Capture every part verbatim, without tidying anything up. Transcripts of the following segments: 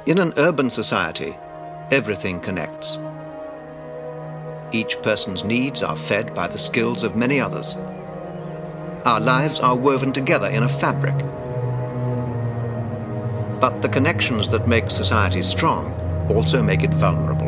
In an urban society, everything connects. Each person's needs are fed by the skills of many others. Our lives are woven together in a fabric. But the connections that make society strong also make it vulnerable.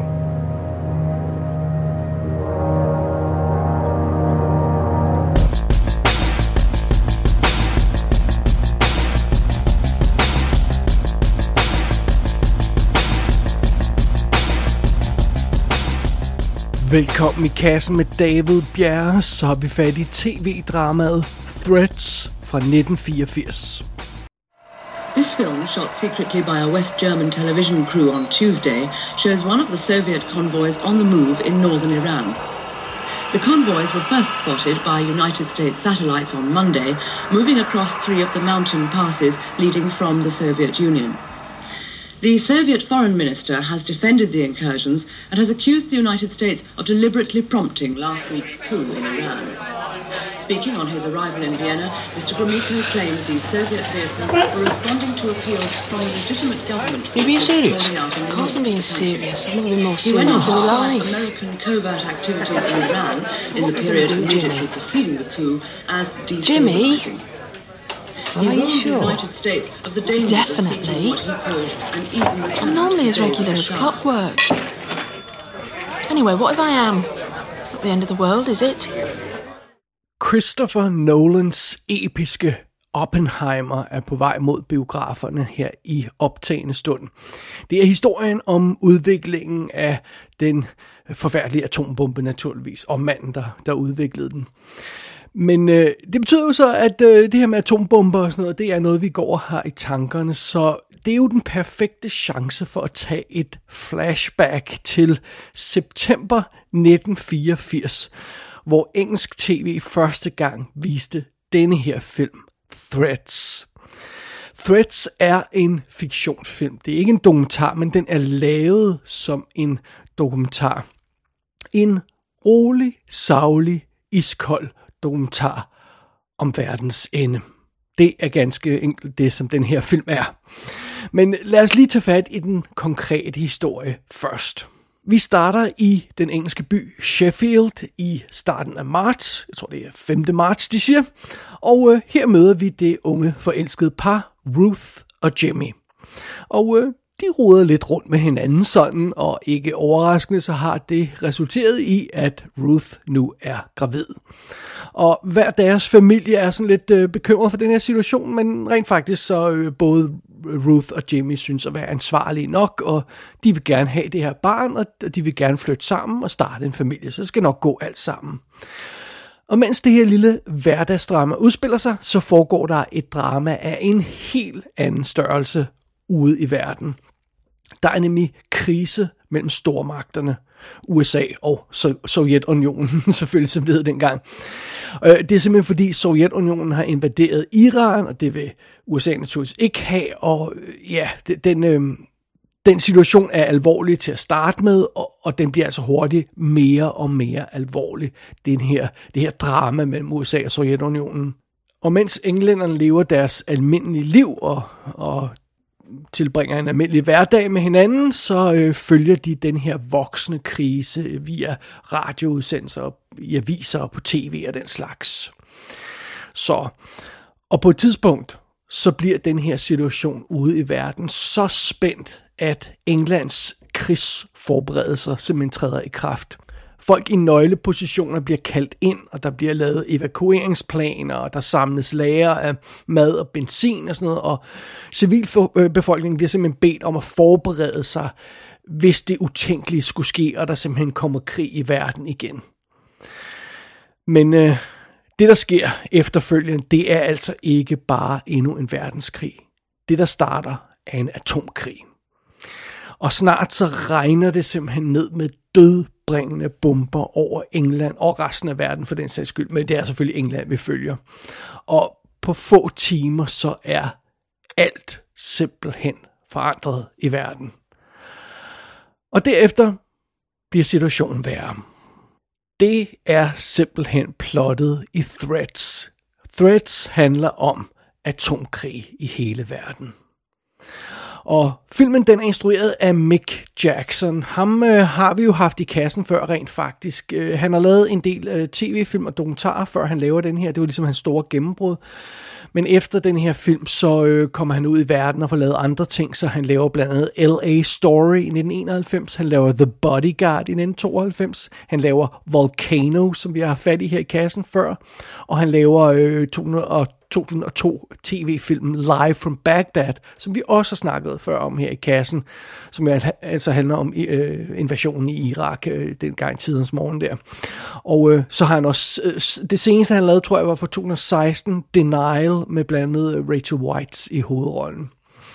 Velkommen i kassen med David Bjerre, så har vi fat i tv-dramaet Threats fra nitten fireogfirs. This film, shot secretly by a West German television crew on Tuesday, shows one of the Soviet convoys on the move in northern Iran. The convoys were first spotted by United States satellites on Monday, moving across three of the mountain passes leading from the Soviet Union. The Soviet foreign minister has defended the incursions and has accused the United States of deliberately prompting last week's coup in Iran. Speaking on his arrival in Vienna, Mister Gromyko claims the Soviet vehicles were responding to appeals from the legitimate government. Are you being serious? Of course I'm being serious. I've never been more He went on serious to in describe life. American covert activities in Iran in the period immediately preceding the coup as destabilizing. Are you sure? United States of the dangers Definitely. of what he called an easy return Normally as to regular as sharp. clockwork. Anyway, what if I am? It's not the end of the world, is it? Christopher Nolans episke Oppenheimer er på vej mod biograferne her i optagende stund. Det er historien om udviklingen af den forfærdelige atombombe naturligvis, og manden, der, der udviklede den. Men øh, det betyder jo så, at øh, det her med atombomber og sådan noget, det er noget, vi går og har i tankerne. Så det er jo den perfekte chance for at tage et flashback til september nitten fireogfirs, hvor engelsk tv første gang viste denne her film, Threats. Threats er en fiktionsfilm. Det er ikke en dokumentar, men den er lavet som en dokumentar. En rolig, saglig, iskold dokumentar om verdens ende. Det er ganske enkelt det, som den her film er. Men lad os lige tage fat i den konkrete historie først. Vi starter i den engelske by Sheffield i starten af marts. Jeg tror, det er femte marts, de siger. Og øh, her møder vi det unge forelskede par, Ruth og Jimmy. Og øh, de roder lidt rundt med hinanden sådan, og ikke overraskende, så har det resulteret i, at Ruth nu er gravid. Og hver deres familie er sådan lidt øh, bekymret for den her situation, men rent faktisk så øh, både Ruth og Jimmy synes at være ansvarlige nok, og de vil gerne have det her barn, og de vil gerne flytte sammen og starte en familie, så det skal nok gå alt sammen. Og mens det her lille hverdagsdrama udspiller sig, så foregår der et drama af en helt anden størrelse ude i verden. Der er nemlig krise mellem stormagterne, U S A og Sovjetunionen, selvfølgelig som det hed dengang. Det er simpelthen fordi Sovjetunionen har invaderet Iran, og det vil U S A naturligvis ikke have, og ja, den, øh, den situation er alvorlig til at starte med, og, og den bliver altså hurtigt mere og mere alvorlig, den her, det her drama mellem U S A og Sovjetunionen. Og mens englænderne lever deres almindelige liv, og, og tilbringer en almindelig hverdag med hinanden, så øh, følger de den her voksende krise via radioudsendelser, i aviser og på tv og den slags. Så, og på et tidspunkt, så bliver den her situation ude i verden så spændt, at Englands krigsforberedelser simpelthen træder i kraft. Folk i nøglepositioner bliver kaldt ind, og der bliver lavet evakueringsplaner, og der samles lager af mad og benzin og sådan noget, og civilbefolkningen bliver simpelthen bedt om at forberede sig, hvis det utænkelige skulle ske, og der simpelthen kommer krig i verden igen. Men øh, det, der sker efterfølgende, det er altså ikke bare endnu en verdenskrig. Det, der starter, er en atomkrig. Og snart så regner det simpelthen ned med dødbringende bomber over England og resten af verden for den sags skyld. Men det er selvfølgelig England, vi følger. Og på få timer så er alt simpelthen forandret i verden. Og derefter bliver situationen værre. Det er simpelthen plottet i Threats. Threats handler om atomkrig i hele verden. Og filmen den er instrueret af Mick Jackson. Ham øh, har vi jo haft i kassen før rent faktisk. Øh, han har lavet en del øh, tv-film og dokumentarer, før han laver den her. Det var ligesom hans store gennembrud. Men efter den her film, så øh, kommer han ud i verden og får lavet andre ting, så han laver blandt andet L A Story i nitten enoghalvfems, han laver The Bodyguard i nitten tooghalvfems, han laver Volcano, som vi har fat i her i kassen før, og han laver øh, to tusind og to tv-filmen Live from Baghdad, som vi også har snakket før om her i kassen, som er, altså handler om øh, invasionen i Irak øh, dengang i tidens morgen der. Og øh, så har han også, øh, det seneste han lavede, tror jeg var fra to tusind og seksten, Denial, med blandt andet Rachel Weisz i hovedrollen.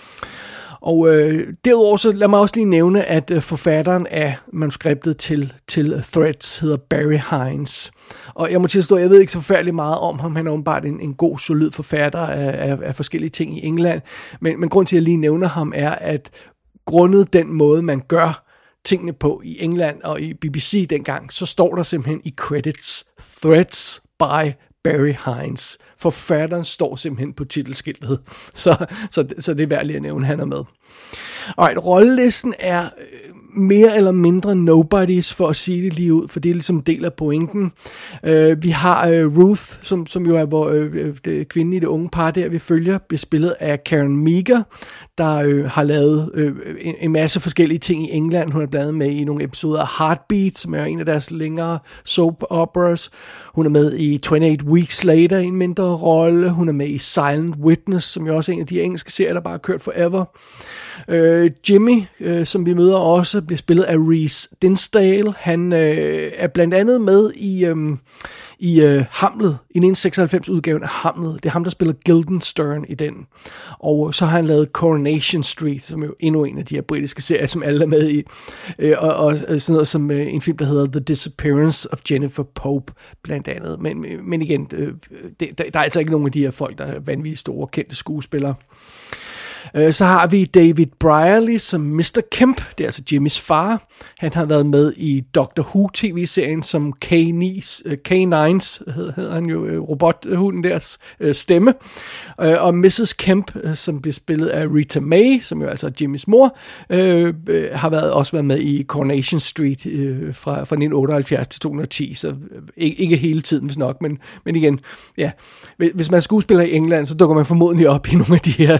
Og øh, derudover så lad mig også lige nævne, at øh, forfatteren af manuskriptet til, til Threads hedder Barry Hines. Og jeg må tilstå, jeg ved ikke så forfærdeligt meget om ham. Han er åbenbart en, en god, solid forfatter af, af, af forskellige ting i England. Men, men grund til, at jeg lige nævner ham, er, at grundet den måde, man gør tingene på i England og i B B C dengang, så står der simpelthen i credits Threads by Barry Hines. Forfatteren står simpelthen på titelskiltet. Så, så, så det er værd lige at nævne, han er med. Alright, rollelisten er mere eller mindre nobodies, for at sige det lige ud, for det er ligesom en del af pointen. Uh, vi har uh, Ruth, som, som jo er hvor, uh, det kvinde i det unge par der, vi følger, bliver spillet af Karen Meager, der uh, har lavet uh, en, en masse forskellige ting i England. Hun er blandt andet med i nogle episoder af Heartbeat, som er en af deres længere soap operas. Hun er med i twenty-eight Weeks Later i en mindre rolle. Hun er med i Silent Witness, som jo også er en af de engelske serier, der bare har kørt forever. Uh, Jimmy, uh, som vi møder også, bliver spillet af Reese Dinsdale. Han uh, er blandt andet med i, um, i uh, Hamlet, i nitten seksoghalvfems udgaven af Hamlet. Det er ham, der spiller Guildenstern i den. Og så har han lavet Coronation Street, som er jo endnu en af de her britiske serier, som alle er med i. Uh, og, og sådan noget som uh, en film, der hedder The Disappearance of Jennifer Pope, blandt andet. Men, men igen, uh, det, der, der er altså ikke nogen af de her folk, der er vanvittigt store, kendte skuespillere. Så har vi David Brierley som mister Kemp, det er altså Jimmys far. Han har været med i Doctor Who tv-serien som K ni's, K nine's, hedder han jo, robothunden deres stemme. Og missus Kemp, som bliver spillet af Rita May, som jo altså er Jimmys mor, har været, også været med i Coronation Street fra, fra nitten otteoghalvfjerds til to tusind og ti, så ikke, ikke hele tiden, hvis nok, men, men igen, ja, hvis man er skuespiller i England, så dukker man formodentlig op i nogle af de her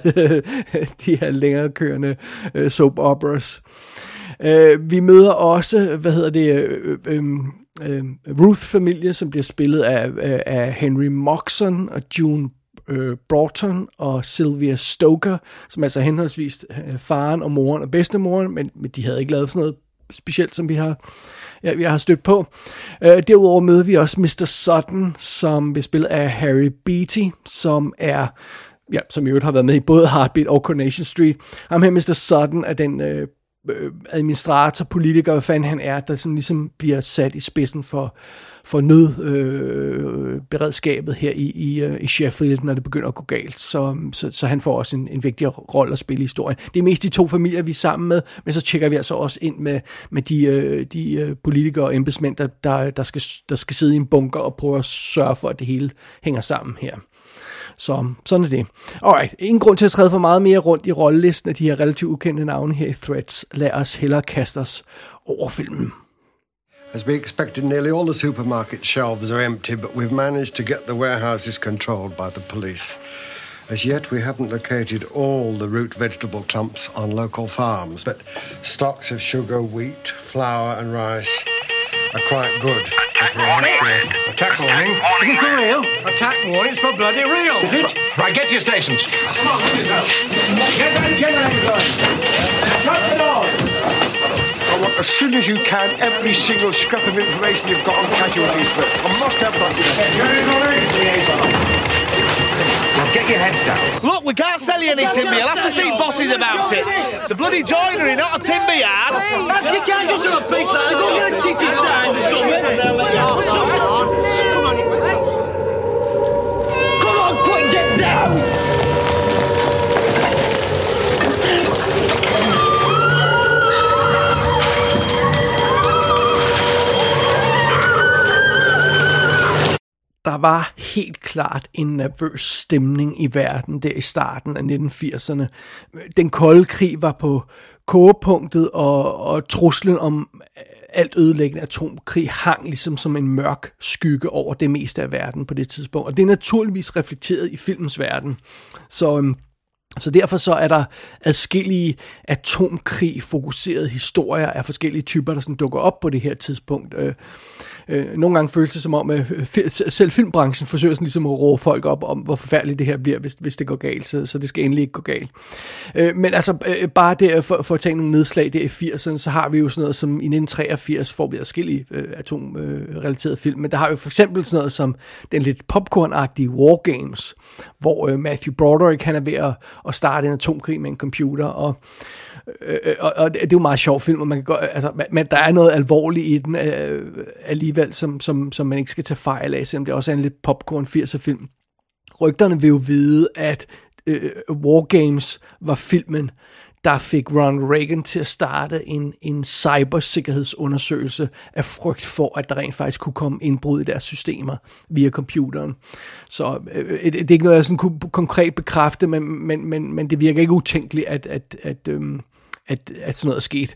de her længere kørende uh, soap operas. Uh, vi møder også, hvad hedder det, uh, um, uh, Ruth-familie, som bliver spillet af, uh, af Henry Moxon og June uh, Broughton og Sylvia Stoker, som altså henholdsvis uh, faren og moren og bedstemoren, men, men de havde ikke lavet sådan noget specielt, som vi har ja, vi har stødt på. Uh, derudover møder vi også mister Sutton, som bliver spillet af Harry Beatty, som er ja, som i øvrigt har været med i både Heartbeat og Coronation Street. Ham her, mister Sutton, er den øh, administrator, politiker, hvad fanden han er, der sådan ligesom bliver sat i spidsen for, for nødberedskabet øh, her i, i, i Sheffield, når det begynder at gå galt. Så, så, så han får også en, en vigtig rolle at spille i historien. Det er mest de to familier, vi er sammen med, men så tjekker vi altså også ind med, med de, øh, de øh, politikere og embedsmænd, der, der, der, skal, der skal sidde i en bunker og prøve at sørge for, at det hele hænger sammen her. Så sådan er det. Alright, ingen grund til at træde for meget mere rundt i rollelisten af de her relativt ukendte navne her i Threads. Lad os hellere kaste os over filmen. As we expected, nearly all the supermarket shelves are empty, but we've managed to get the warehouses controlled by the police. As yet, we haven't located all the root vegetable clumps on local farms, but stocks of sugar, wheat, flour and rice are quite good. Attack warning. Is it for real? Attack warning. It's for bloody real. Is it? Right, get to your stations. Come on, get yourself. Get that generator going. Shut the doors. I want, as soon as you can, every single scrap of information you've got on casualties first. I must have that. Well, get your heads down. Look, we can't sell you any timber. You'll have to see bosses about it. It's a bloody joinery, not a timber yard. You can't just have a fix like that. Go get a ticket signed or something. Come on, quick, get down! der var helt klart en nervøs stemning i verden der i starten af nitten firserne. Den kolde krig var på kogepunktet, og, og truslen om alt ødelæggende atomkrig hang ligesom som en mørk skygge over det meste af verden på det tidspunkt. Og det er naturligvis reflekteret i filmens verden. Så... Øhm, Så derfor så er der adskillige atomkrig-fokuserede historier af forskellige typer, der sådan dukker op på det her tidspunkt. Øh, øh, nogle gange føles det som om, at selv filmbranchen forsøger sådan ligesom at råbe folk op om, hvor forfærdeligt det her bliver, hvis, hvis det går galt, så, så det skal endelig ikke gå galt. Øh, men altså, øh, bare der for, for at tage nogle nedslag der i firserne, så har vi jo sådan noget som i nitten treogfirs får vi adskillige øh, atomrelaterede øh, film, men der har vi for eksempel sådan noget som den lidt popcorn-agtige War Games, hvor øh, Matthew Broderick, han er ved at og starte en atomkrig med en computer, og, øh, og, og det er jo meget sjov film, og man kan gå, altså, men der er noget alvorligt i den øh, alligevel, som, som, som man ikke skal tage fejl af, selvom det også er en lidt popcorn firser film. Rygterne vil jo vide, at øh, War Games var filmen, der fik Ronald Reagan til at starte en, en cybersikkerhedsundersøgelse af frygt for, at der rent faktisk kunne komme indbrud i deres systemer via computeren. Så øh, det, det er ikke noget, jeg sådan kunne konkret bekræfte, men, men, men, men det virker ikke utænkeligt, at, at, at, øhm, at, at sådan noget er sket.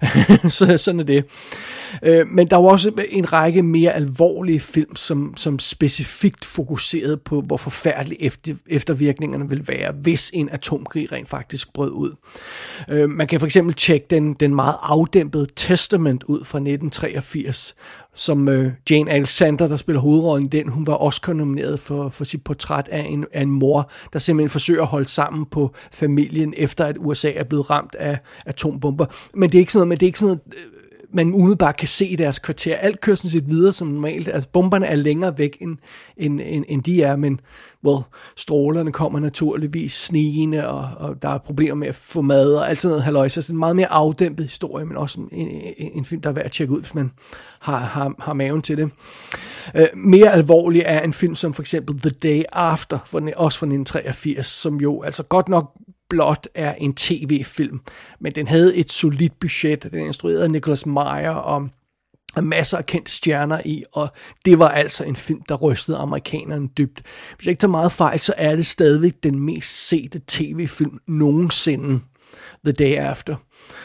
Så sådan er det. Øh, men der var også en række mere alvorlige film, som, som specifikt fokuserede på, hvor forfærdelige efter, eftervirkningerne vil være, hvis en atomkrig rent faktisk brød ud. Øh, man kan for eksempel tjekke den, den meget afdæmpede Testament ud fra nitten treogfirs, som øh, Jane Alexander, der spiller hovedrollen i den, hun var Oscar-nomineret for, for sit portræt af en, af en mor, der simpelthen forsøger at holde sammen på familien, efter at U S A er blevet ramt af atombomber. Men det er ikke sådan noget, men det er ikke sådan noget, man umiddelbart kan se i deres kvarter. Alt kører sådan set videre som normalt. Altså, bomberne er længere væk, end, end, end, end de er, men well, strålerne kommer naturligvis snigende, og, og der er problemer med at få mad, og alt sådan noget halløj. Så det er en meget mere afdæmpet historie, men også en, en, en film, der er værd at tjekke ud, hvis man har, har, har maven til det. Uh, mere alvorlig er en film som for eksempel The Day After, for, også fra nitten treogfirs, som jo altså godt nok blot er en tv-film, men den havde et solidt budget, den er instrueret af Nicholas Meyer, og masser af kendte stjerner i, og det var altså en film, der rystede amerikanerne dybt. Hvis jeg ikke tager meget fejl, så er det stadigvæk den mest sete tv-film nogensinde, The Day After.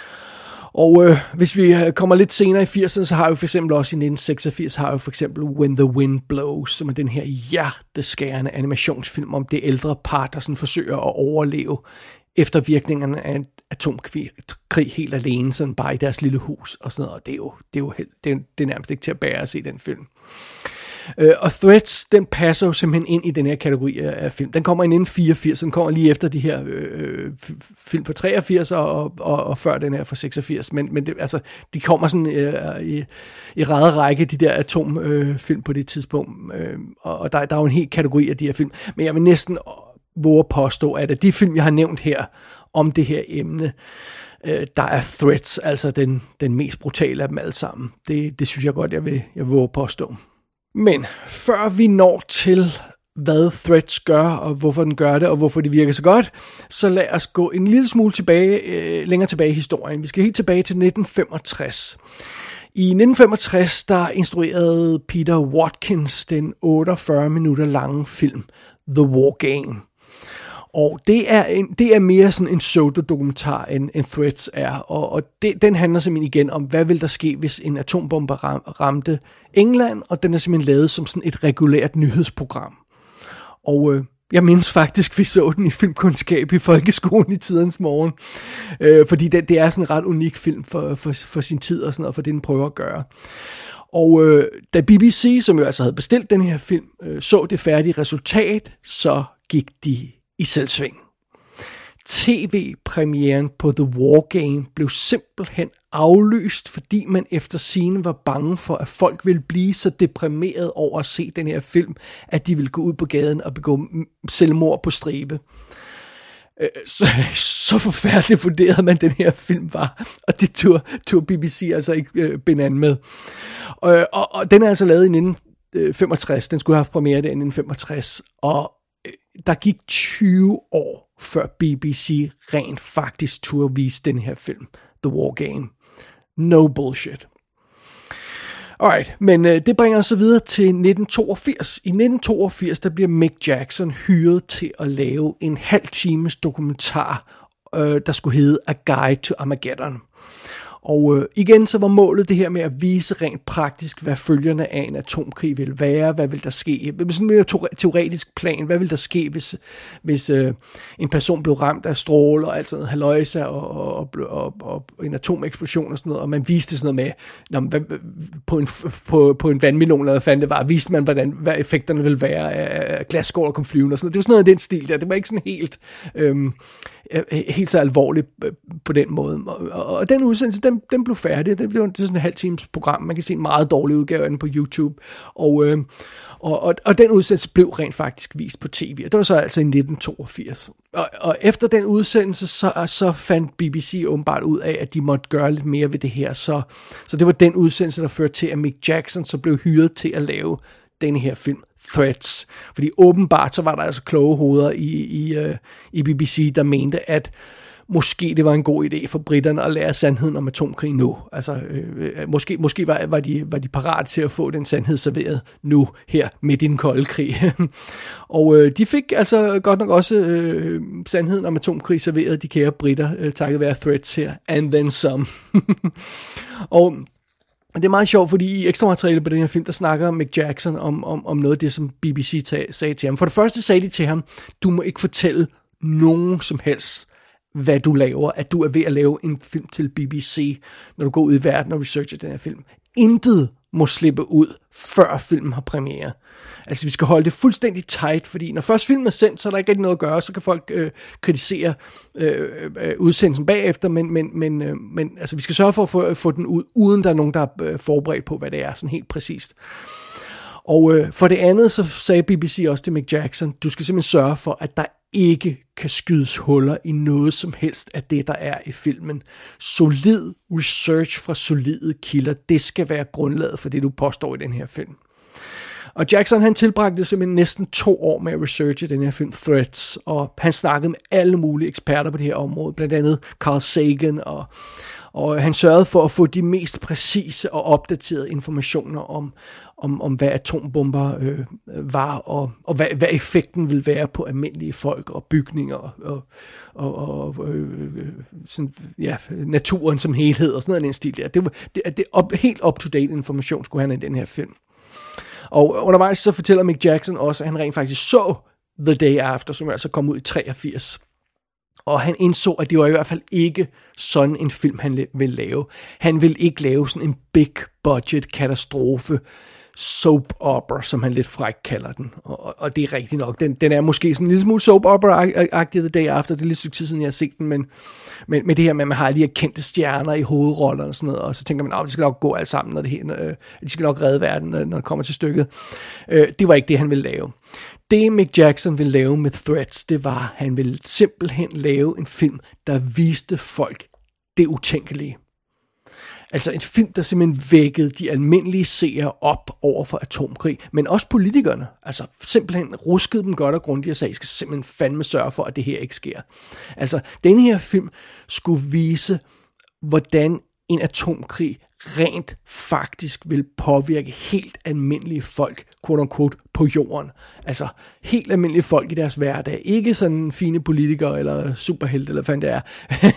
Og øh, hvis vi kommer lidt senere i firserne, så har vi for eksempel også i nitten seksogfirs, har vi for eksempel When the Wind Blows, som er den her hjerteskærende animationsfilm om det ældre par, der sådan forsøger at overleve efter virkningerne af en atomkrig helt alene, sådan bare i deres lille hus og sådan noget. Og det er jo, det er jo helt, det er, det er nærmest ikke til at bære at se den film. Uh, og Threats, den passer jo simpelthen ind i den her kategori af film. Den kommer i nitten fireogfirs, den kommer lige efter de her øh, film fra treogfirs og, og, og før den her fra seksogfirs. Men, men det, altså, de kommer sådan øh, i, i ræde række, de der atomfilm øh, på det tidspunkt. Øh, og der, der er jo en hel kategori af de her film. Men jeg vil næsten våge påstå, at af de film, jeg har nævnt her om det her emne, øh, der er Threats altså den, den mest brutale af dem alle sammen. Det, det synes jeg godt, jeg vil, jeg vil våge påstå. Men før vi når til, hvad Threats gør, og hvorfor den gør det, og hvorfor det virker så godt, så lad os gå en lille smule tilbage, øh, længere tilbage i historien. Vi skal helt tilbage til nitten femogtres. I nitten femogtres, der instruerede Peter Watkins den otteogfyrre minutter lange film The War Game. Og det er, en, det er mere sådan en pseudodokumentar, end, end Threats er. Og, og det, den handler simpelthen igen om, hvad vil der ske, hvis en atombombe ram, ramte England, og den er simpelthen lavet som sådan et regulært nyhedsprogram. Og øh, jeg mindes faktisk, vi så den i filmkundskab i folkeskolen i tidens morgen. Øh, fordi det, det er sådan en ret unik film for, for, for sin tid og sådan noget, for det den prøver at gøre. Og øh, da B B C, som jo altså havde bestilt den her film, øh, så det færdige resultat, så gik de i selvsving. T V-premieren på The War Game blev simpelthen aflyst, fordi man efter scenen var bange for, at folk ville blive så deprimeret over at se den her film, at de ville gå ud på gaden og begå selvmord på stribe. Så, så forfærdeligt vurderede man, den her film var, og det tog, tog B B C altså ikke øh, binde an med. Og, og, og den er altså lavet i nitten femogtres, den skulle have haft premiere der i nitten femogtres, og der gik tyve år, før B B C rent faktisk turde vise den her film, The War Game. No bullshit. Alright, men øh, det bringer os så videre til nitten toogfirs. I nitten toogfirs, der bliver Mick Jackson hyret til at lave en halv times dokumentar, øh, der skulle hedde A Guide to Armageddon. Og øh, igen så var målet det her med at vise rent praktisk, hvad følgerne af en atomkrig vil være, hvad vil der ske, sådan en mere teoretisk plan, hvad vil der ske, hvis, hvis øh, en person blev ramt af stråler og alt sådan noget, haløjsa og, og, og, og en atomeksplosion og sådan noget, og man viste sådan noget med, når man, på, en, på, på en vandmelon, eller hvad fanden det var, viste man, hvordan, hvad effekterne ville være af glasskål og kom flyvende og sådan noget. Det var sådan noget af den stil der, det var ikke sådan helt... Øh, helt så alvorligt på den måde. Og, og den udsendelse, den, den blev færdig. Det, det var sådan et halvt times program. Man kan se en meget dårlig udgave af den på YouTube. Og, øh, og, og, og den udsendelse blev rent faktisk vist på tv. Og det var så altså i nitten toogfirs. Og, og efter den udsendelse, så, så fandt B B C åbenbart ud af, at de måtte gøre lidt mere ved det her. Så, så det var den udsendelse, der førte til, at Mick Jackson så blev hyret til at lave denne her film, Threats. Fordi åbenbart så var der altså kloge hoveder i, i, uh, i B B C, der mente, at måske det var en god idé for britterne at lære sandheden om atomkrig nu. Altså, øh, måske, måske var, var, de, var de parat til at få den sandhed serveret nu, her midt i den kolde krig. Og øh, de fik altså godt nok også øh, sandheden om atomkrig serveret, de kære britter, øh, takket være Threats her, and then some. Og det er meget sjovt, fordi i ekstra materiale på den her film, der snakker Mick Jackson om, om, om noget af det, som B B C tag, sagde til ham. For det første sagde de til ham, du må ikke fortælle nogen som helst, hvad du laver, at du er ved at lave en film til B B C, når du går ud i verden og researcher den her film. Intet må slippe ud, før filmen har premiere. Altså, vi skal holde det fuldstændig tight, fordi når først filmen er sendt, så er der ikke rigtig noget at gøre, så kan folk øh, kritisere øh, øh, udsendelsen bagefter, men, men, men, øh, men altså, vi skal sørge for at få, få den ud, uden der er nogen, der er øh, forberedt på, hvad det er, sådan helt præcist. Og øh, for det andet, så sagde B B C også til Mick Jackson, du skal simpelthen sørge for, at der ikke kan skydes huller i noget som helst af det, der er i filmen. Solid research fra solide kilder, det skal være grundlaget for det, du påstår i den her film. Og Jackson, han tilbragte simpelthen næsten to år med at researche den her film Threats, og han snakkede med alle mulige eksperter på det her område, blandt andet Carl Sagan, og, og han sørgede for at få de mest præcise og opdaterede informationer om, om, om hvad atombomber øh, var, og, og hvad, hvad effekten ville være på almindelige folk og bygninger, og, og, og øh, sådan, ja, naturen som helhed, og sådan noget af den stil der. Det var det, det op, helt up-to-date information, skulle han have i den her film. Og undervejs så fortæller Mick Jackson også, at han rent faktisk så The Day After, som altså kom ud i treogfirs. Og han indså, at det var i hvert fald ikke sådan en film, han ville lave. Han ville ikke lave sådan en big budget katastrofe soap opera, som han lidt fræk kalder den. Og, og det er rigtigt nok. Den, den er måske sådan en lille smule soap opera-agtig The Day After. Det er lidt stykke tid siden, jeg har set den, men, men med det her med, at man har lige kendte stjerner i hovedroller og sådan noget, og så tænker man, at det skal nok gå alt sammen, når det her, øh, de skal nok redde verden, når det kommer til stykket. Øh, det var ikke det, han ville lave. Det Mick Jackson ville lave med Threats, det var, at han ville simpelthen lave en film, der viste folk det utænkelige. Altså en film, der simpelthen vækkede de almindelige seere op over for atomkrig, men også politikerne. Altså simpelthen ruskede dem godt og grundigt og sagde, I skal simpelthen fandme sørge for, at det her ikke sker. Altså, denne her film skulle vise, hvordan en atomkrig rent faktisk vil påvirke helt almindelige folk, quote unquote, på jorden. Altså helt almindelige folk i deres hverdag. Ikke sådan fine politikere eller superhelte eller hvad det er.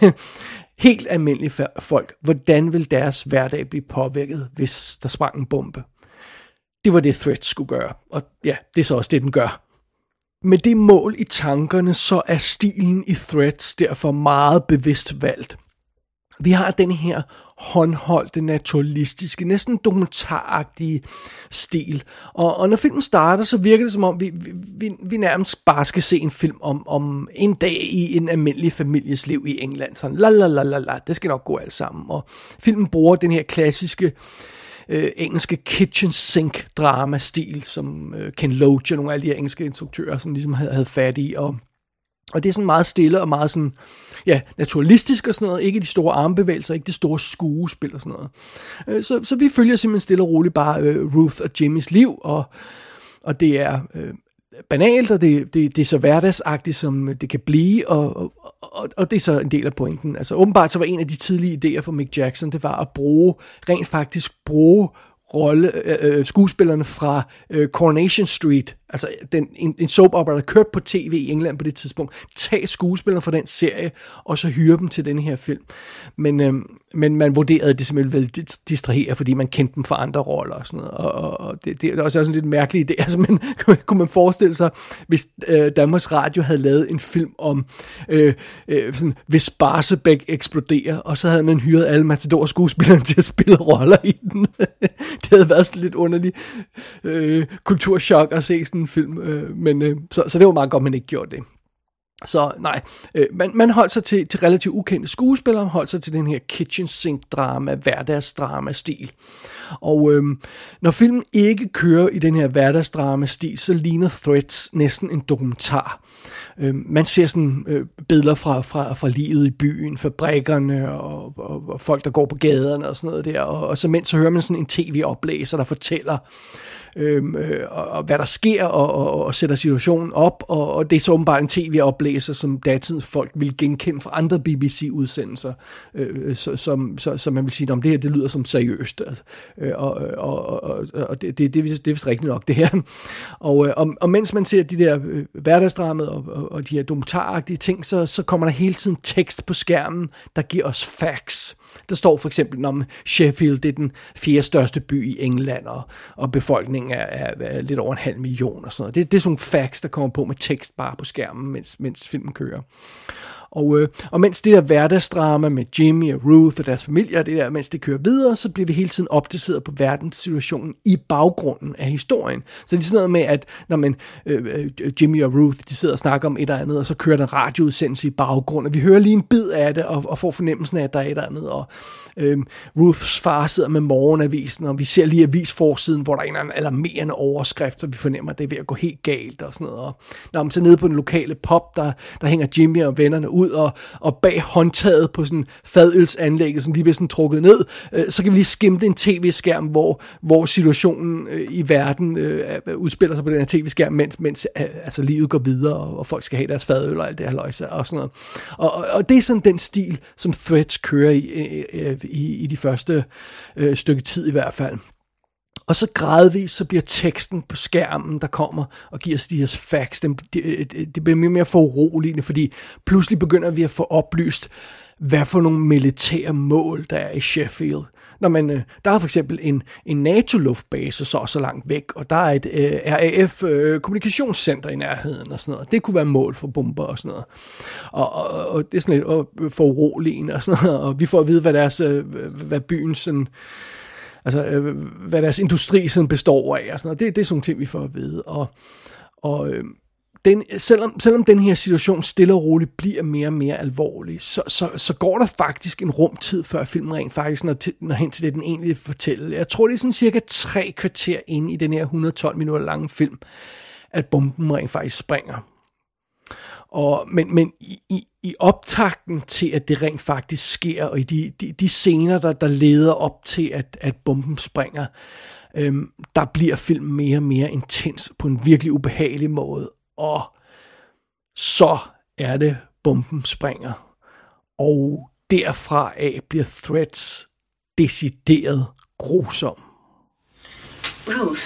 Helt almindelige folk. Hvordan vil deres hverdag blive påvirket, hvis der sprang en bombe? Det var det, Threats skulle gøre. Og ja, det er så også det, den gør. Med det mål i tankerne, så er stilen i Threats derfor meget bevidst valgt. Vi har den her håndholdte, naturalistiske, næsten dokumentaragtige stil. Og, og når filmen starter, så virker det som om, vi, vi, vi nærmest bare skal se en film om, om en dag i en almindelig families liv i England. Sådan la la la la la, det skal nok gå alt sammen. Og filmen bruger den her klassiske øh, engelske kitchen sink drama-stil, som øh, Ken Loach og nogle af alle de her engelske instruktører sådan ligesom havde, havde fat i. Og, og det er sådan meget stille og meget sådan, ja, naturalistisk og sådan noget, ikke de store armbevægelser, ikke det store skuespil og sådan noget. Så, så vi følger simpelthen stille og roligt bare øh, Ruth og Jimmys liv, og, og det er øh, banalt, og det, det, det er så hverdagsagtigt, som det kan blive, og, og, og, og det er så en del af pointen. Altså åbenbart så var en af de tidlige idéer for Mick Jackson, det var at bruge, rent faktisk bruge rolle, øh, skuespillerne fra øh, Coronation Street, altså den, en, en soap opera, der kørte på tv i England på det tidspunkt, tag skuespillerne fra den serie, og så hyre dem til den her film. Men, øh, men man vurderede, at det simpelthen ville distrahere, fordi man kendte dem fra andre roller og sådan noget, og, og, og det, det er også en lidt mærkelig idé. Altså, man, kunne man forestille sig, hvis øh, Danmarks Radio havde lavet en film om, øh, øh, sådan, hvis Barsebäck eksploderer, og så havde man hyret alle Matador skuespillerne til at spille roller i den. Det havde været sådan lidt underlig øh, kulturschok at se sådan en film, øh, men øh, så, så det var meget godt, man ikke gjorde det. Så nej, øh, man, man holdt sig til, til relativt ukendte skuespillere, holdt sig til den her kitchen sink drama, hverdagsdrama stil. Og øh, når filmen ikke kører i den her hverdagsdrama stil, så ligner Threads næsten en dokumentar. Øh, man ser sådan øh, billeder fra, fra, fra livet i byen, fabrikkerne og, og, og folk, der går på gaderne og sådan noget der, og, og så mens så hører man sådan en tv-oplæser, der fortæller Øhm, øh, og, og hvad der sker, og, og, og sætter situationen op, og, og det er så åbenbart en tv-oplæser, som datidens folk ville genkende fra andre B B C-udsendelser, øh, så, som, så, så man vil sige, om det her, det lyder som seriøst, altså. øh, og, og, og, og det, det, det, er vist, det er vist rigtigt nok, det her. Og, øh, og, og mens man ser de der øh, hverdagsdrammede og, og, og de her dokumentaragtige ting, så, så kommer der hele tiden tekst på skærmen, der giver os facts. Der står for eksempel om Sheffield, det er den fjerde største by i England, og, og befolkningen er, er, er lidt over en halv million og sådan noget. Det, det er sådan nogle facts, der kommer på med tekst bare på skærmen, mens, mens filmen kører. Og, øh, og mens det der hverdagsdrama med Jimmy og Ruth og deres familie, det der, mens det kører videre, så bliver vi hele tiden opdateret på verdenssituationen i baggrunden af historien. Så det er sådan noget med, at når man, øh, Jimmy og Ruth, de sidder og snakker om et eller andet, og så kører der en radioudsendelse i baggrunden, og vi hører lige en bid af det, og, og får fornemmelsen af, at der er et eller andet, og øh, Ruths far sidder med morgenavisen, og vi ser lige avisforsiden, hvor der er en eller anden alarmerende overskrift, så vi fornemmer, at det er ved at gå helt galt og sådan noget. Og når man så nede på den lokale pub, der, der hænger Jimmy og vennerne ud, og, og bag håndtaget på sådan fadølsanlægget, som lige bliver sådan trukket ned, øh, så kan vi lige skimte en tv-skærm, hvor, hvor situationen øh, i verden øh, udspiller sig på den her tv-skærm, mens, mens øh, altså livet går videre, og, og folk skal have deres fadøl og alt det her løjse og sådan noget. Og, og, og det er sådan den stil, som Threads kører i, øh, i, i de første øh, stykke tid i hvert fald. Og så gradvist, så bliver teksten på skærmen, der kommer og giver os de her facts, det, det, det bliver mere og mere foruroligende, fordi pludselig begynder vi at få oplyst, hvad for nogle militære mål, der er i Sheffield. Når man, der er for eksempel en, en NATO-luftbase så så langt væk, og der er et øh, R A F-kommunikationscenter øh, i nærheden og sådan noget. Det kunne være mål for bomber og sådan noget. Og, og, og det er sådan lidt foruroligende og sådan noget, og vi får at vide, hvad, deres, øh, hvad byen sådan... Altså, øh, hvad deres industri sådan består af, og sådan noget. Det, det er sådan ting, vi får at vide. Og, og øh, den, selvom, selvom den her situation stille og roligt bliver mere og mere alvorlig, så, så, så går der faktisk en rumtid, før filmen rent faktisk når, til, når hen til det, den egentlig vil fortælle. Jeg tror, det er sådan cirka tre kvarter inde i den her et hundrede og tolv minutter lange film, at bomben rent faktisk springer. Og, men men i, i, i optakten til, at det rent faktisk sker, og i de, de, de scener, der, der leder op til, at, at bomben springer, øhm, der bliver filmen mere og mere intens på en virkelig ubehagelig måde. Og så er det, bomben springer. Og derfra af bliver Threads decideret grusom. Ruth.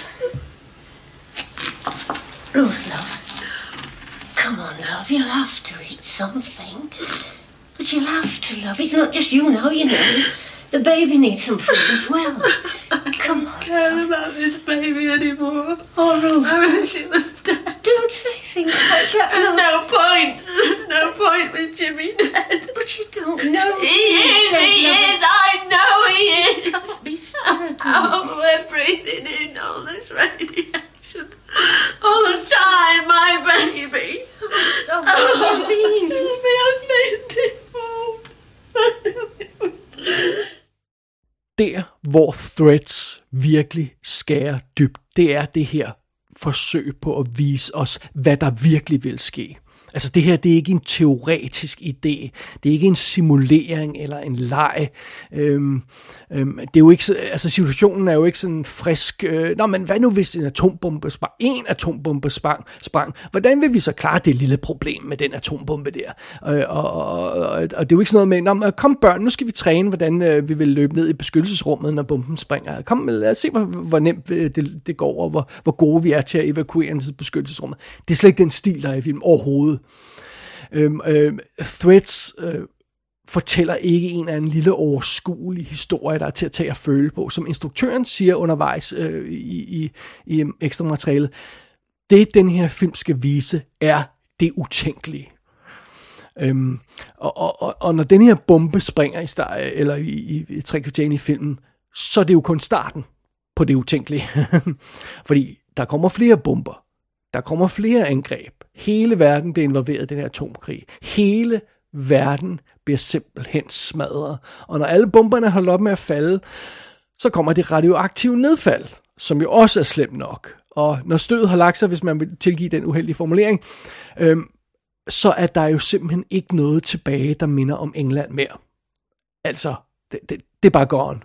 Ruth, love. Come on, love, you'll have to eat something. But you'll have to, love. It's not just you now, you know. The baby needs some food as well. Come on. I care about this baby anymore. Oh, Ruth. I wish it was dead. Don't say things like that. There's no point. There's no point with Jimmy dead. But you don't know. He is, he is. I know he is. Just be certain. Oh, we're breathing in all this radiation. All the time, my baby. Oh, what do you mean? Baby, I've made it. Der, hvor Threads virkelig skærer dybt, det er det her forsøg på at vise os, hvad der virkelig vil ske. Altså det her, det er ikke en teoretisk idé, det er ikke en simulering eller en leg. Øhm, øhm, det er jo ikke, altså situationen er jo ikke sådan frisk. Øh, Nå, men hvad nu hvis en atombombe sprang? En atombombe sprang, sprang. Hvordan vil vi så klare det lille problem med den atombombe der? Øh, og, og, og, og det er jo ikke sådan noget med, Nå, kom børn, nu skal vi træne, hvordan øh, vi vil løbe ned i beskyttelsesrummet, når bomben springer. Kom, lad os se, hvor, hvor nemt det, det går, og hvor, hvor gode vi er til at evakuere beskyttelsesrummet. Det er slet ikke den stil, der er i film overhovedet. Øhm, øhm, Threads øh, fortæller ikke en eller anden lille overskuelig historie, der er til at tage og føle på. Som instruktøren siger undervejs øh, i, i, i ekstra materialet, det den her film skal vise, er det utænkelige. Øhm, og, og, og, og når den her bombe springer i start, eller i, i, i tre kvarter i filmen, så er det jo kun starten på det utænkelige. Fordi der kommer flere bomber. Der kommer flere angreb. Hele verden bliver involveret i den her atomkrig. Hele verden bliver simpelthen smadret. Og når alle bomberne holder op med at falde, så kommer det radioaktive nedfald, som jo også er slemt nok. Og når stødet har lagt sig, hvis man vil tilgive den uheldige formulering, øhm, så er der jo simpelthen ikke noget tilbage, der minder om England mere. Altså, det, det, det er bare gone.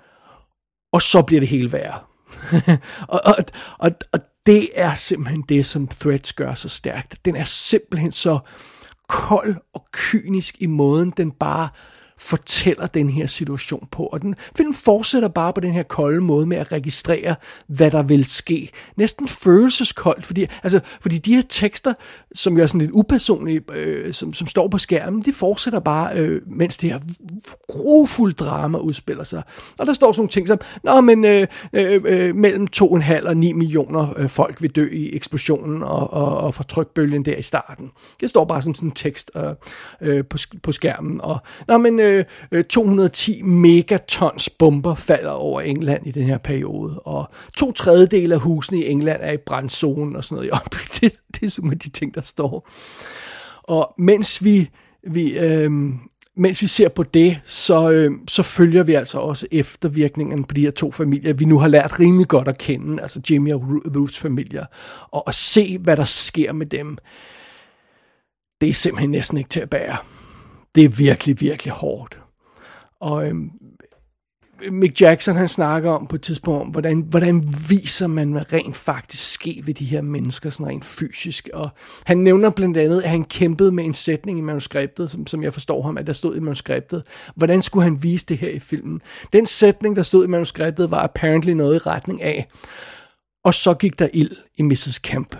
Og så bliver det hele værre. og, og, og, og det er simpelthen det, som Threads gør så stærkt. Den er simpelthen så kold og kynisk i måden, den bare fortæller den her situation på. Og den film fortsætter bare på den her kolde måde med at registrere, hvad der vil ske. Næsten følelseskoldt, fordi, altså, fordi de her tekster, som jo er sådan lidt upersonlige, øh, som, som står på skærmen, de fortsætter bare, øh, mens det her grofuldt drama udspiller sig. Og der står sådan nogle ting som, nå, men øh, øh, øh, mellem to og en halv og ni millioner øh, folk vil dø i eksplosionen og, og, og fra trykbølgen der i starten. Det står bare sådan sådan en tekst øh, øh, på, på skærmen. Og, nå, men øh, to hundrede og ti megatons bomber falder over England i den her periode, og to tredjedele af husene i England er i brandzonen og sådan noget. Jo, det, det er simpelthen de ting, der står. Og mens vi, vi, øh, mens vi ser på det, så, øh, så følger vi altså også eftervirkningerne på de her to familier, vi nu har lært rimelig godt at kende, altså Jimmy og Ruths familier, og at se, hvad der sker med dem, det er simpelthen næsten ikke til at bære. Det er virkelig, virkelig hårdt. Og øhm, Mick Jackson, han snakker om på et tidspunkt, om, hvordan, hvordan viser man, hvad rent faktisk sker ved de her mennesker, sådan rent fysisk. Og han nævner blandt andet, at han kæmpede med en sætning i manuskriptet, som, som jeg forstår ham, at der stod i manuskriptet. Hvordan skulle han vise det her i filmen? Den sætning, der stod i manuskriptet, var apparently noget i retning af, og så gik der ild i missus Kemp.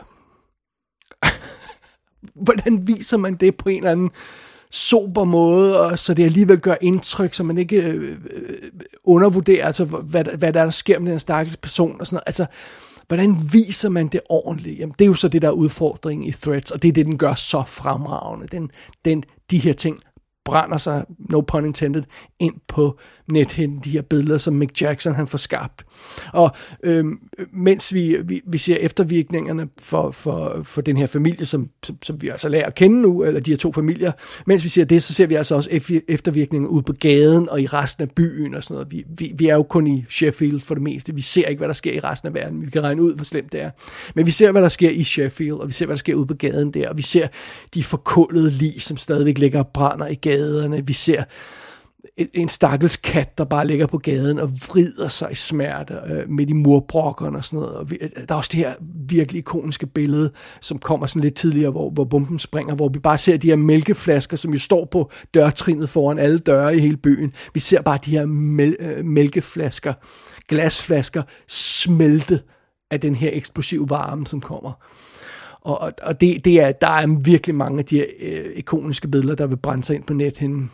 Hvordan viser man det på en eller anden sober måde, og så det alligevel gør indtryk, så man ikke øh, undervurderer, altså, hvad, hvad der, der sker med den stakkels person, og sådan noget. Altså, hvordan viser man det ordentligt? Jamen, det er jo så det, der er udfordringen i Threads, og det er det, den gør så fremragende. Den, den, de her ting brænder sig, no pun intended, ind på nethinden, de her billeder, som Mick Jackson han får skabt. Og øhm, mens vi, vi, vi ser eftervirkningerne for, for, for den her familie, som, som, som vi altså lærer at kende nu, eller de her to familier, mens vi ser det, så ser vi altså også eftervirkninger ude på gaden og i resten af byen og sådan noget. Vi, vi, vi er jo kun i Sheffield for det meste. Vi ser ikke, hvad der sker i resten af verden. Vi kan regne ud, hvor slemt det er. Men vi ser, hvad der sker i Sheffield, og vi ser, hvad der sker ude på gaden der, og vi ser de forkullede lig, som stadigvæk ligger og brænder i gaderne. Vi ser en stakkels kat, der bare ligger på gaden og vrider sig i smerte øh, midt i murbrokkerne og sådan noget. Og vi, der er også det her virkelig ikoniske billede, som kommer sådan lidt tidligere, hvor, hvor bomben springer, hvor vi bare ser de her mælkeflasker, som jo står på dørtrinet foran alle døre i hele byen. Vi ser bare de her mæl- øh, mælkeflasker, glasflasker smelte af den her eksplosive varme, som kommer. Og, og det, det er, der er virkelig mange af de her øh, ikoniske billeder, der vil brænde sig ind på nethinden.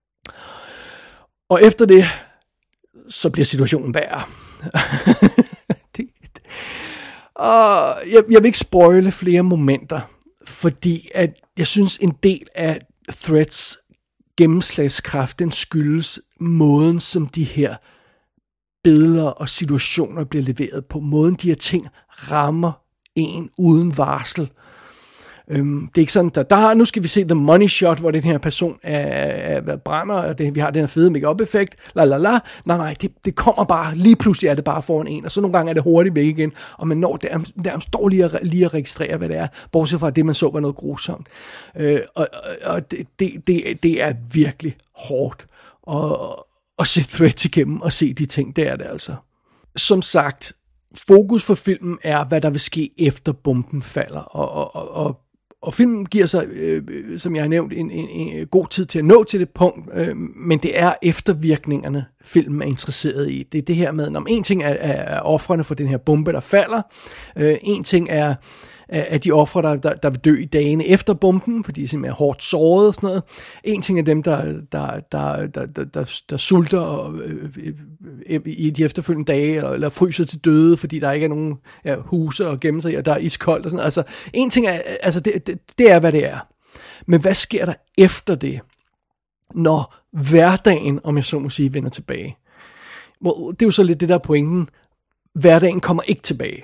Og efter det, så bliver situationen værre. det, og jeg, jeg vil ikke spoile flere momenter, fordi at jeg synes en del af Threads gennemslagskraft, den skyldes måden, som de her billeder og situationer bliver leveret på. Måden de her ting rammer en uden varsel. Øhm, det er ikke sådan, der, der nu skal vi se the money shot, hvor den her person er, er, er brænder, og det, vi har den her fede make-up effekt, la la la. Nej, nej, det, det kommer bare, lige pludselig er det bare foran en, og så nogle gange er det hurtigt væk igen, og man når der, der står lige at, lige at registrere, hvad det er, bortset fra at det, man så, var noget grusomt. Øh, og og det, det, det, det er virkelig hårdt at, at se Threads igennem og se de ting, det er det altså. Som sagt, fokus for filmen er, hvad der vil ske efter bomben falder, og, og, og, og, og filmen giver sig, øh, som jeg har nævnt, en, en, en god tid til at nå til det punkt, øh, men det er eftervirkningerne, filmen er interesseret i. Det er det her med, når en ting er, er ofrene for den her bombe, der falder, øh, en ting er af de ofre, der, der, der vil dø i dagene efter bomben, fordi de simpelthen er hårdt såret og sådan noget. En ting er dem, der, der, der, der, der, der, der sulter og, øh, øh, i de efterfølgende dage, eller, eller fryser til døde, fordi der ikke er nogen ja, huse at gemme sig i, og der er iskoldt og sådan noget. Altså, en ting er, altså det, det, det er, hvad det er. Men hvad sker der efter det, når hverdagen, om jeg så må sige, vender tilbage? Det er jo så lidt det der pointen. Hverdagen kommer ikke tilbage.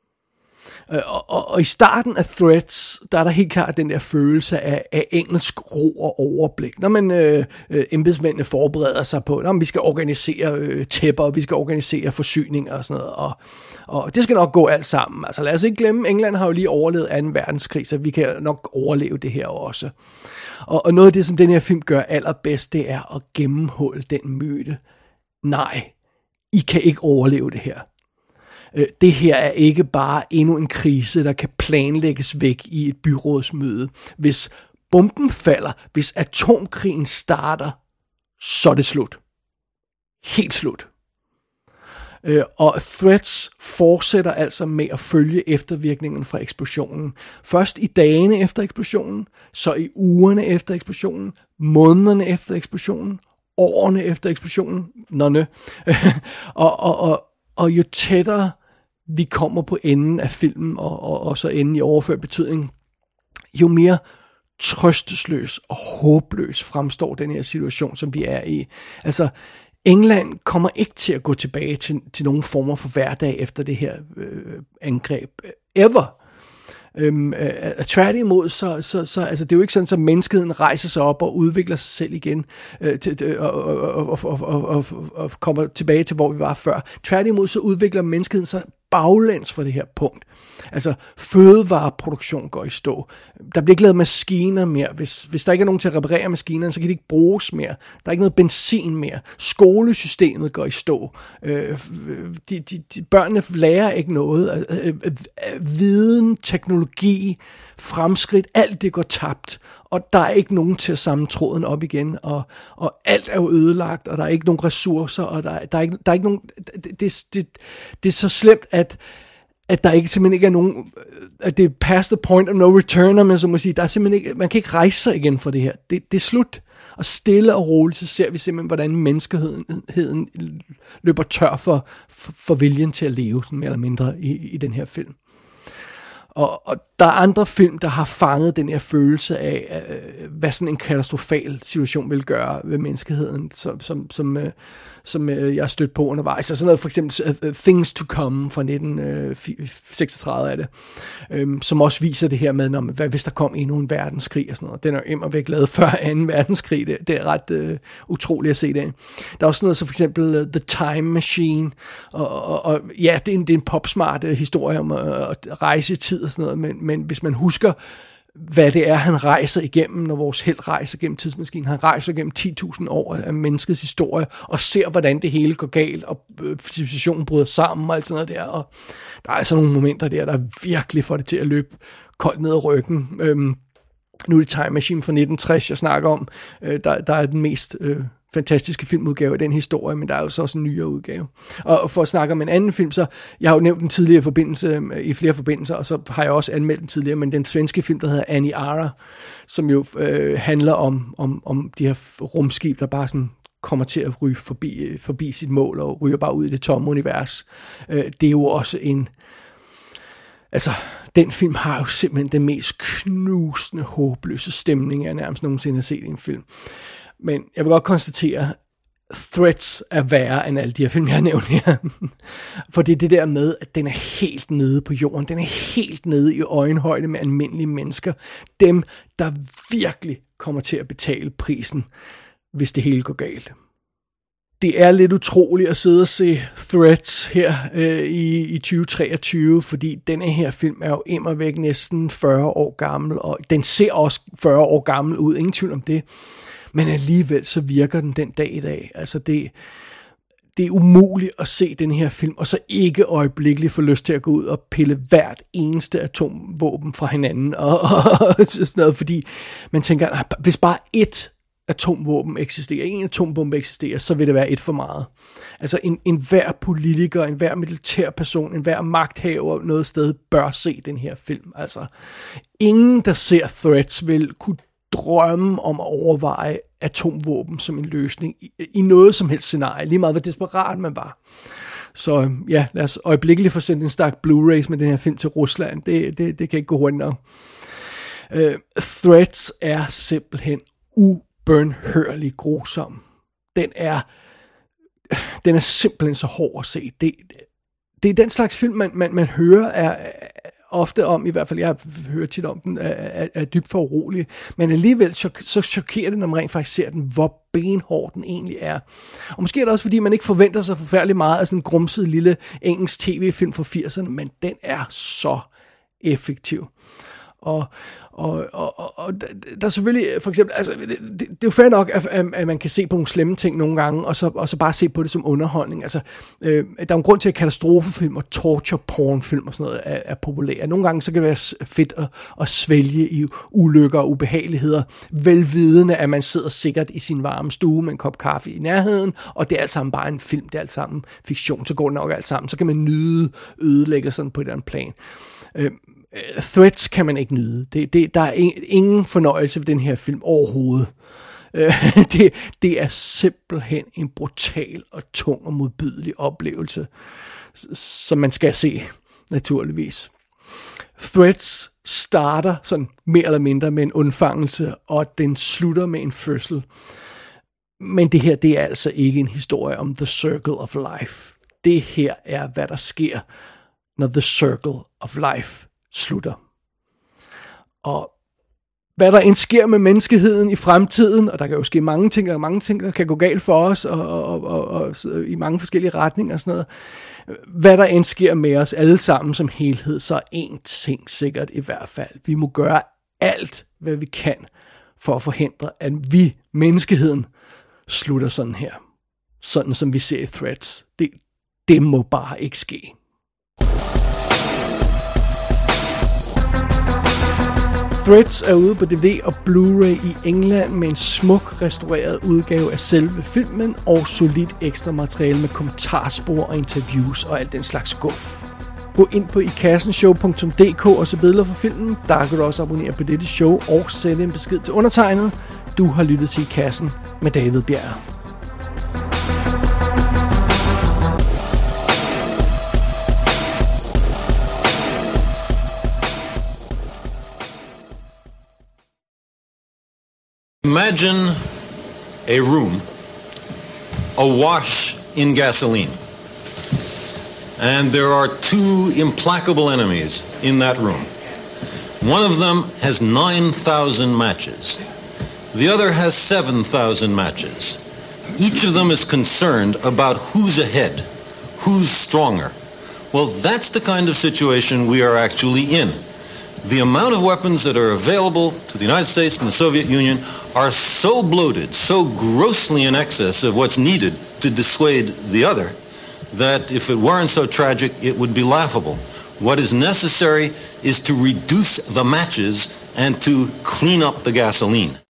Og, og, og i starten af Threads, der er der helt klart den der følelse af, af engelsk ro og overblik. Når man øh, øh, embedsmændene forbereder sig på, når vi skal organisere øh, tæpper, vi skal organisere forsyninger og sådan noget, og, og det skal nok gå alt sammen. Altså lad os ikke glemme, England har jo lige overlevet anden verdenskrig, så vi kan nok overleve det her også. Og, og noget af det, som den her film gør allerbedst, det er at gennemhulde den myte. Nej, I kan ikke overleve det her. Det her er ikke bare endnu en krise, der kan planlægges væk i et byrådsmøde. Hvis bomben falder, hvis atomkrigen starter, så er det slut. Helt slut. Og Threads fortsætter altså med at følge eftervirkningen fra eksplosionen. Først i dagene efter eksplosionen, så i ugerne efter eksplosionen, månederne efter eksplosionen, årene efter eksplosionen. Nå, nø. og, og, og, og jo tættere vi kommer på enden af filmen, og, og, og så enden i overført betydning, jo mere trøstesløs og håbløs fremstår den her situation, som vi er i. Altså, England kommer ikke til at gå tilbage til, til nogen former for hverdag efter det her øh, angreb. Ever. Øhm, øh, tværtimod, så, så, så altså, det er jo ikke sådan, at menneskeheden rejser sig op og udvikler sig selv igen øh, til, og, og, og, og, og, og, og kommer tilbage til, hvor vi var før. Tværtimod, så udvikler menneskeheden sig baglæns fra det her punkt. Altså, fødevareproduktion går i stå. Der bliver ikke lavet maskiner mere. Hvis, hvis der ikke er nogen til at reparere maskinerne, så kan de ikke bruges mere. Der er ikke noget benzin mere. Skolesystemet går i stå. Øh, de, de, de, børnene lærer ikke noget. Øh, øh, viden, teknologi, fremskridt, alt det går tabt. Og der er ikke nogen til at samle tråden op igen. Og, og alt er jo ødelagt, og der er ikke nogen ressourcer, og der, der, er, ikke, der er ikke nogen... Det, det, det, det er så slemt, at at der ikke simpelthen ikke er nogen, at det er past the point of no return, men så må sige, der er simpelthen ikke, man kan ikke rejse sig igen fra det her. Det, det er slut. Og stille og roligt, så ser vi simpelthen, hvordan menneskeheden løber tør for, for, for viljen til at leve, sådan mere eller mindre, i, i den her film. Og, og der er andre film, der har fanget den her følelse af, øh, hvad sådan en katastrofal situation vil gøre ved menneskeheden, som, som, som, øh, som øh, jeg har stødt på undervejs. Så sådan noget for eksempel uh, Things to Come fra nitten seksogtredive af det, øh, som også viser det her med, når, hvad hvis der kom endnu en verdenskrig og sådan noget. Den er jo immer væk lavet før anden verdenskrig. Det, det er ret øh, utroligt at se det. Der er også sådan noget som for eksempel uh, The Time Machine, og, og, og ja, det er en, det er en popsmart uh, historie om at, at rejse i tid og sådan noget, men, men hvis man husker, hvad det er, han rejser igennem, når vores held rejser gennem tidsmaskinen. Han rejser gennem ti tusind år af menneskets historie, og ser, hvordan det hele går galt, og civilisationen bryder sammen, og alt sådan noget der. Og der er altså nogle momenter der, der virkelig får det til at løbe koldt ned ad ryggen. Øhm, nu er det Time Machine fra nitten tres, jeg snakker om. Øh, der, der er den mest... Øh, fantastiske filmudgave af den historie, men der er jo så også en nyere udgave. Og for at snakke om en anden film, så jeg har jo nævnt den tidligere forbindelse i flere forbindelser, og så har jeg også anmeldt den tidligere, men den svenske film, der hedder Annie Ara, som jo øh, handler om, om, om de her rumskib, der bare sådan kommer til at ryge forbi, forbi sit mål og ryger bare ud i det tomme univers. Øh, det er jo også en... Altså, den film har jo simpelthen den mest knusende, håbløse stemning, jeg nærmest nogensinde har set i en film. Men jeg vil godt konstatere, Threats er værre end alle de her film, jeg har nævnt her. For det er det der med, at den er helt nede på jorden. Den er helt nede i øjenhøjde med almindelige mennesker. Dem, der virkelig kommer til at betale prisen, hvis det hele går galt. Det er lidt utroligt at sidde og se Threats her øh, i, i tyve treogtyve, fordi denne her film er jo immervæk næsten fyrre år gammel, og den ser også fyrre år gammel ud, ingen tvivl om det. Men alligevel så virker den den dag i dag. Altså det, det er umuligt at se den her film, og så ikke øjeblikkeligt få lyst til at gå ud og pille hvert eneste atomvåben fra hinanden, og, og, og sådan noget, fordi man tænker, hvis bare ét atomvåben eksisterer, en atombombe eksisterer, så vil det være et for meget. Altså en, en hver politiker, en hver militærperson, en hver magthaver noget sted bør se den her film. Altså ingen, der ser Threats, vil kunne drømme om at overveje atomvåben som en løsning i, i noget som helst scenarie, lige meget hvor desperat man var. Så ja, lad os øjeblikkeligt få sendt en stak Blu-rays med den her film til Rusland. Det, det, det kan ikke gå hurtigt nok. Uh, Threats er simpelthen ubønhørlig grusom. Den er, den er simpelthen så hård at se. Det, det er den slags film, man, man, man hører er ofte om, i hvert fald jeg har hørt tit om den, er, er, er dybt for urolig, men alligevel så, så chokerer det, når man rent faktisk ser den, hvor benhård den egentlig er. Og måske er det også, fordi man ikke forventer sig forfærdeligt meget af sådan en grumset lille engelsk tv-film fra firserne, men den er så effektiv. Og, og, og, og der er selvfølgelig, for eksempel, altså, det, det, det er jo fair nok, at, at man kan se på nogle slemme ting nogle gange, og så, og så bare se på det som underholdning. Altså, øh, der er en grund til, at katastrofefilm og torture porn-film og sådan noget er, er populære. Nogle gange så kan det være fedt at, at svælge i ulykker og ubehageligheder, velvidende, at man sidder sikkert i sin varme stue med en kop kaffe i nærheden, og det er alt sammen bare en film, det er alt sammen fiktion, så går det nok alt sammen. Så kan man nyde ødelæggelserne på et eller andet plan. Øh, Threats kan man ikke nyde. Det, det, der er ingen fornøjelse ved den her film overhovedet. Det, det er simpelthen en brutal og tung og modbydelig oplevelse, som man skal se, naturligvis. Threats starter sådan mere eller mindre med en undfangelse, og den slutter med en fødsel. Men det her, det er altså ikke en historie om The Circle of Life. Det her er, hvad der sker, når The Circle of Life slutter. Og hvad der end sker med menneskeheden i fremtiden, og der kan jo ske mange ting, og mange ting, der kan gå galt for os, og, og, og, og, og i mange forskellige retninger og sådan noget. Hvad der end sker med os alle sammen som helhed, så er én ting sikkert i hvert fald. Vi må gøre alt, hvad vi kan, for at forhindre, at vi, menneskeheden, slutter sådan her. Sådan som vi ser i Threats. Det, det må bare ikke ske. Threats er ude på D V D og Blu-ray i England med en smuk restaureret udgave af selve filmen og solidt ekstra materiale med kommentarspor og interviews og alt den slags guf. Gå ind på ikassenshow punktum d k og se billeder for filmen. Der kan du også abonnere på dette show og sende en besked til undertegnet. Du har lyttet til I Kassen med David Bjerg. Imagine a room awash in gasoline, and there are two implacable enemies in that room. One of them has nine thousand matches. The other has seven thousand matches. Each of them is concerned about who's ahead, who's stronger. Well, that's the kind of situation we are actually in. The amount of weapons that are available to the United States and the Soviet Union are so bloated, so grossly in excess of what's needed to dissuade the other, that if it weren't so tragic, it would be laughable. What is necessary is to reduce the matches and to clean up the gasoline.